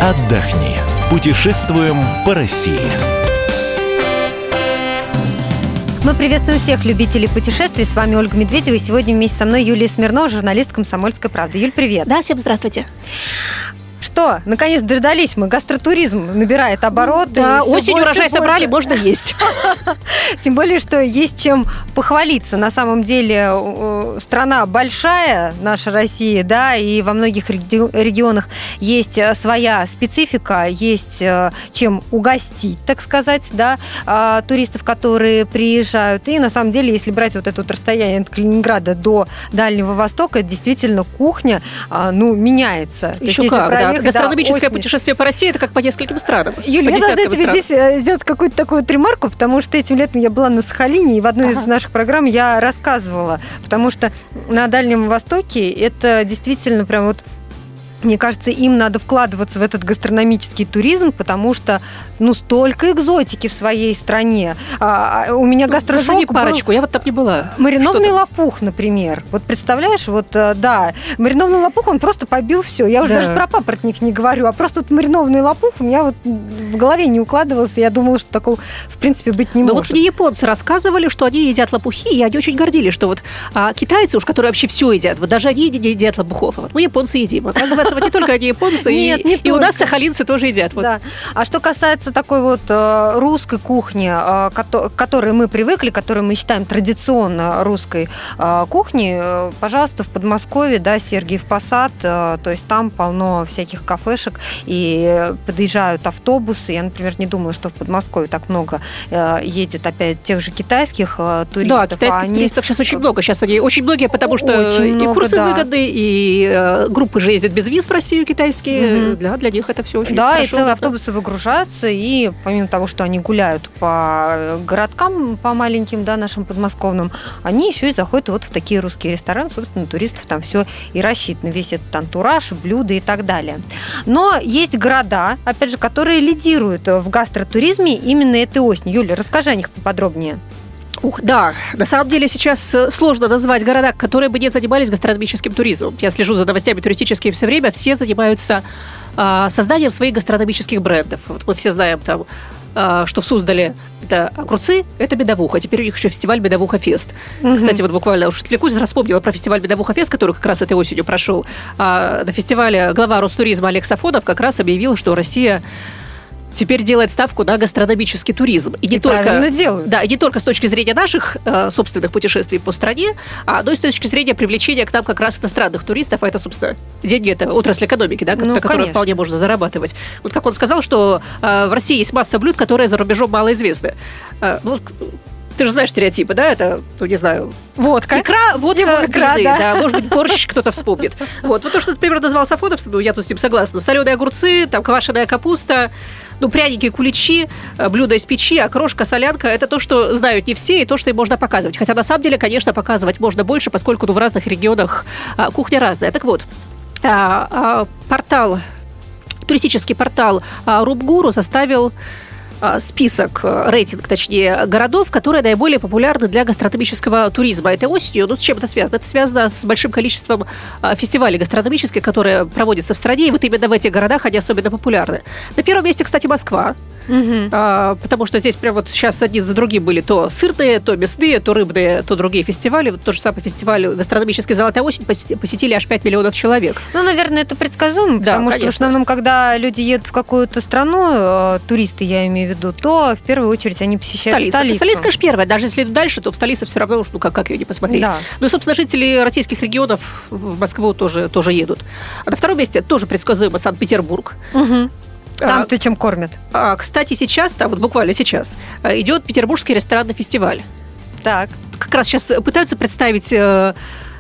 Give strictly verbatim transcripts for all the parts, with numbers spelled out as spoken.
отдохни. Путешествуем по России. Мы приветствуем всех любителей путешествий. С вами Ольга Медведева. И сегодня вместе со мной Юлия Смирнова, журналист «Комсомольской правды». Юль, привет. Да, всем здравствуйте. Что, наконец дождались мы. Гастротуризм набирает обороты. Да, осенью урожай больше. собрали, можно есть. Тем более, что есть чем похвалиться. На самом деле страна большая, наша Россия, да, и во многих регионах есть своя специфика, есть чем угостить, так сказать, да, туристов, которые приезжают. И на самом деле, если брать вот это вот расстояние от Калининграда до Дальнего Востока, действительно кухня, ну, меняется. Еще как, да. Гастрономическое да, путешествие по России – это как по нескольким странам. Юля, я должна тебе стран. здесь сделать какую-то такую вот ремарку, потому что этим летом я была на Сахалине, и в одной ага. из наших программ я рассказывала, потому что на Дальнем Востоке это действительно прям вот, мне кажется, им надо вкладываться в этот гастрономический туризм, потому что, ну, столько экзотики в своей стране. А, у меня гастрошок был... парочку, я вот там не была. Маринованный лопух, например. Вот представляешь, вот, да, маринованный лопух, он просто побил все. Я уже да. даже про папоротник не говорю, а просто вот маринованный лопух у меня вот в голове не укладывался. Я думала, что такого, в принципе, быть не Но может. Вот мне японцы рассказывали, что они едят лопухи, и они очень гордились, что вот а, китайцы уж, которые вообще все едят, вот даже они не едят лопухов. Вот мы, японцы, едим. Оказывается, вот не только они японцы, Нет, и, и у нас сахалинцы тоже едят. Вот. Да. А что касается такой вот э, русской кухни, э, к которой мы привыкли, которую мы считаем традиционно русской э, кухней, э, пожалуйста, в Подмосковье, да, Сергиев Посад, э, то есть там полно всяких кафешек, и подъезжают автобусы. Я, например, не думаю, что в Подмосковье так много э, едет опять тех же китайских э, туристов. Да, китайских они... туристов сейчас очень много. Сейчас они очень многие, потому что очень и много, курсы да. выгодны, и э, группы же ездят без виз в Россию китайские. Угу. Да, для них это все очень да, хорошо. Да, и целые автобусы выгружаются, и помимо того, что они гуляют по городкам, по маленьким, да, нашим подмосковным, они еще и заходят вот в такие русские рестораны, собственно, туристов там все и рассчитано, весь этот антураж, блюда и так далее. Но есть города, опять же, которые лидируют в гастротуризме именно этой осенью. Юля, расскажи о них поподробнее. Ух, да, на самом деле сейчас сложно назвать города, которые бы не занимались гастрономическим туризмом. Я слежу за новостями туристическими все время, все занимаются а, созданием своих гастрономических брендов. Вот мы все знаем там, а, что в Суздале это огурцы, это медовуха. Теперь у них еще фестиваль Медовуха-фест. Mm-hmm. Кстати, вот буквально уж отвлекусь, вспомнила про фестиваль Медовуха-фест, который как раз этой осенью прошел. А, на фестивале глава Ростуризма Олег Сафонов как раз объявил, что Россия теперь делает ставку на гастрономический туризм. И не и только, делают. Да, и не только с точки зрения наших э, собственных путешествий по стране, а, но и с точки зрения привлечения к нам как раз иностранных туристов. А это, собственно, деньги, это отрасль экономики, да, ну, на которой вполне можно зарабатывать. Вот как он сказал, что э, в России есть масса блюд, которые за рубежом малоизвестны. Э, ну, ты же знаешь стереотипы, да? Это, ну, не знаю... Водка. Икра, водка, икра, блины, да. да. Может быть, борщ кто-то вспомнит. Вот. Вот то, что, например, назвал Сафонов, ну, я тут с ним согласна. Соленые огурцы, там, квашеная капуста, ну, пряники, куличи, блюда из печи, окрошка, солянка – это то, что знают не все, и то, что им можно показывать. Хотя, на самом деле, конечно, показывать можно больше, поскольку ну, в разных регионах а, кухня разная. Так вот, а, а, портал, туристический портал а, Рубгуру составил список, рейтинг, точнее, городов, которые наиболее популярны для гастрономического туризма этой осенью. Ну, с чем это связано? Это связано с большим количеством фестивалей гастрономических, которые проводятся в стране, и вот именно в этих городах они особенно популярны. На первом месте, кстати, Москва, угу. а, потому что здесь прям вот сейчас один за другим были то сырные, то мясные, то рыбные, то другие фестивали. Вот тот же самый фестиваль гастрономический «Золотая осень» посетили аж пять миллионов человек. Ну, наверное, это предсказуемо, да, потому конечно. что в основном, когда люди едут в какую-то страну, туристы, я имею в виду, то в первую очередь они посещают Столица. столицу. Столица, конечно, первая. Даже если идут дальше, то в столице все равно, ну, как, как ее не посмотреть. Да. Ну и, собственно, жители российских регионов в Москву тоже, тоже едут. А на втором месте тоже предсказуемо Санкт-Петербург. Угу. Там-то а, чем кормят? А, кстати, сейчас, там, вот буквально сейчас, идет Петербургский ресторанный фестиваль. Так. Как раз сейчас пытаются представить э,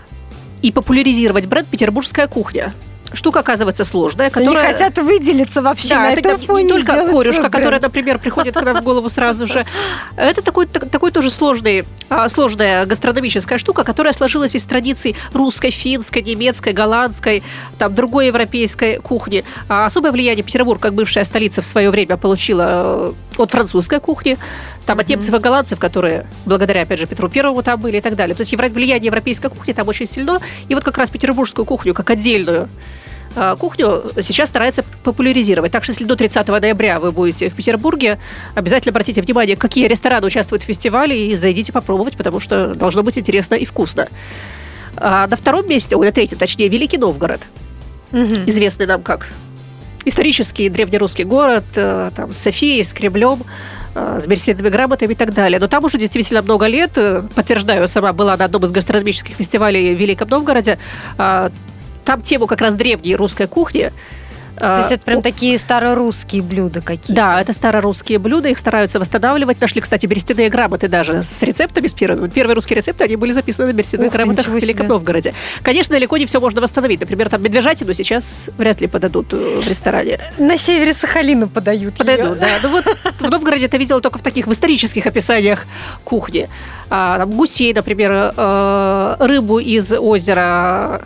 и популяризировать бренд «Петербургская кухня». Штука, оказывается, сложная. Которая... Они хотят выделиться вообще да, на это этом фоне. Не только корюшка, которая, бренд. например, приходит к нам в голову сразу же. Это такой, такой тоже сложный, сложная гастрономическая штука, которая сложилась из традиций русской, финской, немецкой, голландской, там, другой европейской кухни. А особое влияние Петербург, как бывшая столица, в свое время получила от французской кухни, там, от немцев и голландцев, которые, благодаря, опять же, Петру Первому там были и так далее. То есть влияние европейской кухни там очень сильно. И вот как раз петербургскую кухню, как отдельную кухню сейчас старается популяризировать. Так что, если до тридцатого ноября вы будете в Петербурге, обязательно обратите внимание, какие рестораны участвуют в фестивале, и зайдите попробовать, потому что должно быть интересно и вкусно. А на втором месте, ой, на третьем, точнее, Великий Новгород. Угу. Известный нам как исторический древнерусский город, там, с Софией, с Кремлем, с берестяными грамотами и так далее. Но там уже действительно много лет, подтверждаю, сама была на одном из гастрономических фестивалей в Великом Новгороде. Там тему как раз древней русской кухни. То есть это прям такие старорусские блюда какие-то? Да, это старорусские блюда, их стараются восстанавливать. Нашли, кстати, берестяные грамоты даже с рецептами, с первыми. Первые русские рецепты, они были записаны на берестяных грамотах в Великом Новгороде. Конечно, далеко не все можно восстановить. Например, там медвежатину сейчас вряд ли подадут в ресторане. На севере Сахалина подают. Подойдут, да. Ну вот в Новгороде это видела только в таких в исторических описаниях кухни. А, там, гусей, например, рыбу из озера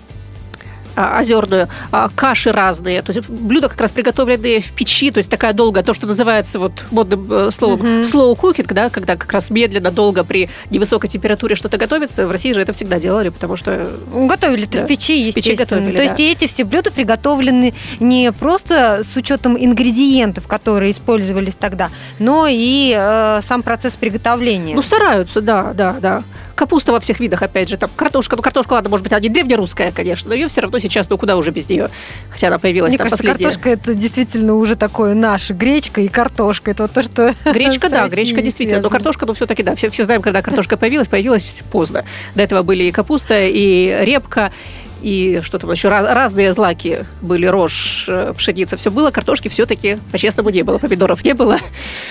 озерную, каши разные, то есть блюда как раз приготовленные в печи, то есть такая долгая, то, что называется вот модным словом mm-hmm. slow cooking, да, когда как раз медленно, долго при невысокой температуре что-то готовится. В России же это всегда делали, потому что... Готовили-то да. в печи, естественно. В печи готовили, то да. есть и эти все блюда приготовлены не просто с учетом ингредиентов, которые использовались тогда, но и э, сам процесс приготовления. Ну, стараются, да, да, да. Капуста во всех видах, опять же, там картошка, ну картошка, ладно, может быть, она не древнерусская, конечно, но ее все равно сейчас, ну куда уже без нее, хотя она появилась Мне там кажется, последняя. Картошка это действительно уже такое наше, гречка и картошка, это вот то, что... Гречка, да, гречка действительно, связано. Но картошка, ну все-таки, да, все, все знаем, когда картошка появилась, появилась поздно. До этого были и капуста, и репка, и что там еще, разные злаки были, рожь, пшеница, все было, картошки все-таки, по-честному, не было, помидоров не было.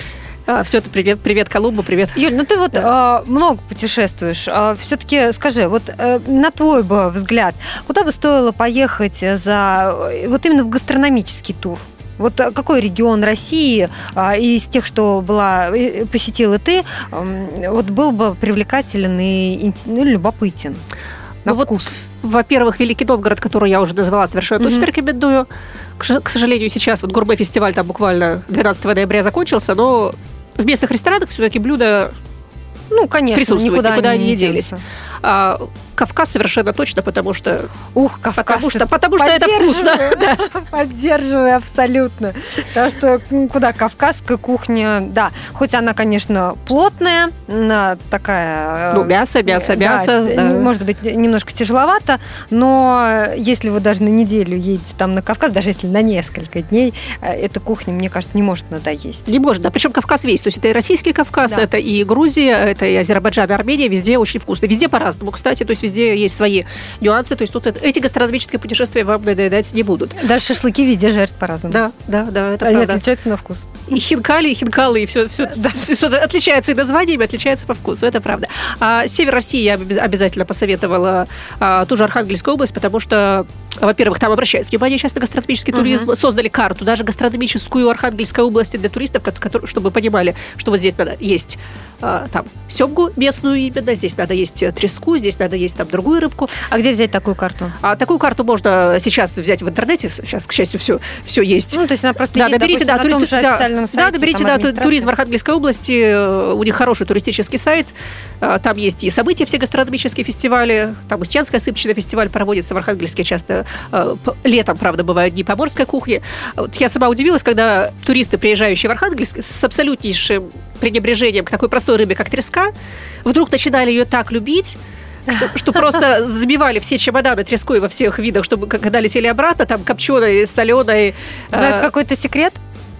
А, все это привет, привет Колумбу, привет. Юль, ну ты вот да. э, много путешествуешь. Э, все-таки скажи, вот э, на твой бы взгляд, куда бы стоило поехать за вот именно в гастрономический тур? Вот какой регион России э, из тех, что была посетила ты, э, вот был бы привлекателен и ну, любопытен на ну, вкус? Вот, во-первых, Великий Новгород, который я уже назвала, совершенно mm-hmm. точно рекомендую. К сожалению, сейчас вот гурме-фестиваль там буквально двенадцатого ноября закончился, но в местных ресторанах все-таки блюда ну, конечно, присутствуют, никуда, никуда они не делись. А, Кавказ совершенно точно, потому что... Ух, Кавказ! Потому что, потому что это вкусно. Да. Поддерживаю абсолютно. Потому что куда кавказская кухня, да, хоть она, конечно, плотная, она такая... Ну, мясо, мясо, мясо. Да, да. Может быть, немножко тяжеловато, но если вы даже на неделю едете там на Кавказ, даже если на несколько дней, эта кухня, мне кажется, не может надоесть. Не может, да. Причем Кавказ весь. То есть это и российский Кавказ, да. это и Грузия, это и Азербайджан, и Армения, везде очень вкусно. Везде по-разному, кстати, то есть везде есть свои нюансы, то есть тут эти гастрономические путешествия вам надоедать не будут. Даже шашлыки везде жарят по-разному. Да, да, да, это Они правда. отличаются на вкус. И хинкали, и хинкалы, и все, все, да. все, все отличается и названиями, отличается по вкусу, это правда. А север России я обязательно посоветовала а, ту же Архангельскую область, потому что, во-первых, там обращают внимание сейчас на гастрономический туризм, uh-huh. создали карту, даже гастрономическую Архангельской области для туристов, которые, чтобы понимали, что вот здесь надо есть а, там семгу местную именно, здесь надо есть треску, здесь надо есть там другую рыбку. А где взять такую карту? А такую карту можно сейчас взять в интернете, сейчас, к счастью, все, все есть. Ну, то есть она просто да, есть, наберите, допустим, да, на том же да, официальном сайте. Да, наберите, да, туризм в Архангельской области, у них хороший туристический сайт, там есть и события, все гастрономические фестивали, там Устьянская сыпчатый фестиваль проводится в Архангельске часто, летом, правда, бывают дни поморской кухни. Вот я сама удивилась, когда туристы, приезжающие в Архангельск, с абсолютнейшим пренебрежением к такой простой рыбе, как треска, вдруг начинали ее так любить, Что, что просто забивали все чемоданы треской во всех видах, чтобы когда летели обратно, там копченой, соленой. Знают э- какой-то секрет?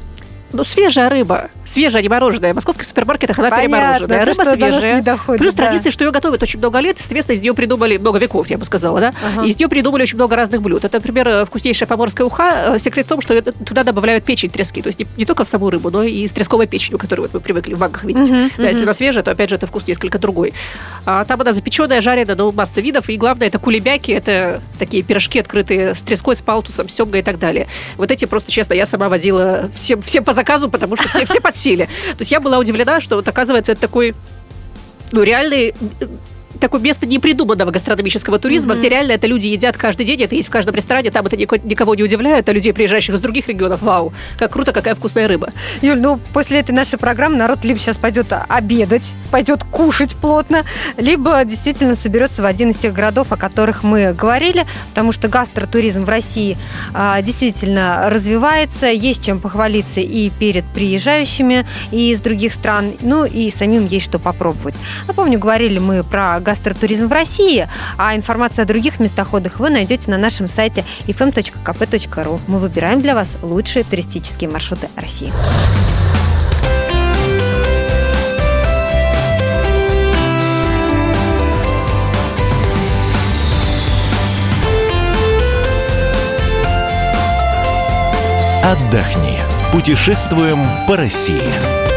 Ну, свежая рыба, свежая, не мороженая. В московских супермаркетах она Понятно, перемороженная. Рыба то, свежая. Доходит, Плюс да. традиция, что ее готовят очень много лет. Соответственно, из нее придумали много веков, я бы сказала, да. Ага. Из нее придумали очень много разных блюд. Это, например, вкуснейшая поморская уха. Секрет в том, что туда добавляют печень трески. То есть не, не только в саму рыбу, но и с тресковой печенью, которую вот мы привыкли в банках видеть. Uh-huh, да, uh-huh. Если она свежая, то, опять же, это вкус несколько другой. А там она запеченная, жареная, но масса видов. И главное, это кулебяки. Это такие пирожки, открытые с треской, с палтусом, с семгой и так далее. Вот эти просто, честно, я сама водила всем, всем по заказу, потому что все, все подсели. То есть я была удивлена, что вот, оказывается, это такой, ну, реальный такое место непридуманного гастрономического туризма, mm-hmm. где реально это люди едят каждый день, это есть в каждом ресторане, там это никого не удивляет, а людей, приезжающих из других регионов, вау, как круто, какая вкусная рыба. Юль, ну после этой нашей программы народ либо сейчас пойдет обедать, пойдет кушать плотно, либо действительно соберется в один из тех городов, о которых мы говорили, потому что гастротуризм в России а, действительно развивается, есть чем похвалиться и перед приезжающими и из других стран, ну и самим есть что попробовать. Напомню, говорили мы про гастротуризм в России, а информацию о других местоходах вы найдете на нашем сайте эф эм точка ка пэ точка ру. Мы выбираем для вас лучшие туристические маршруты России. Отдохни. Путешествуем по России.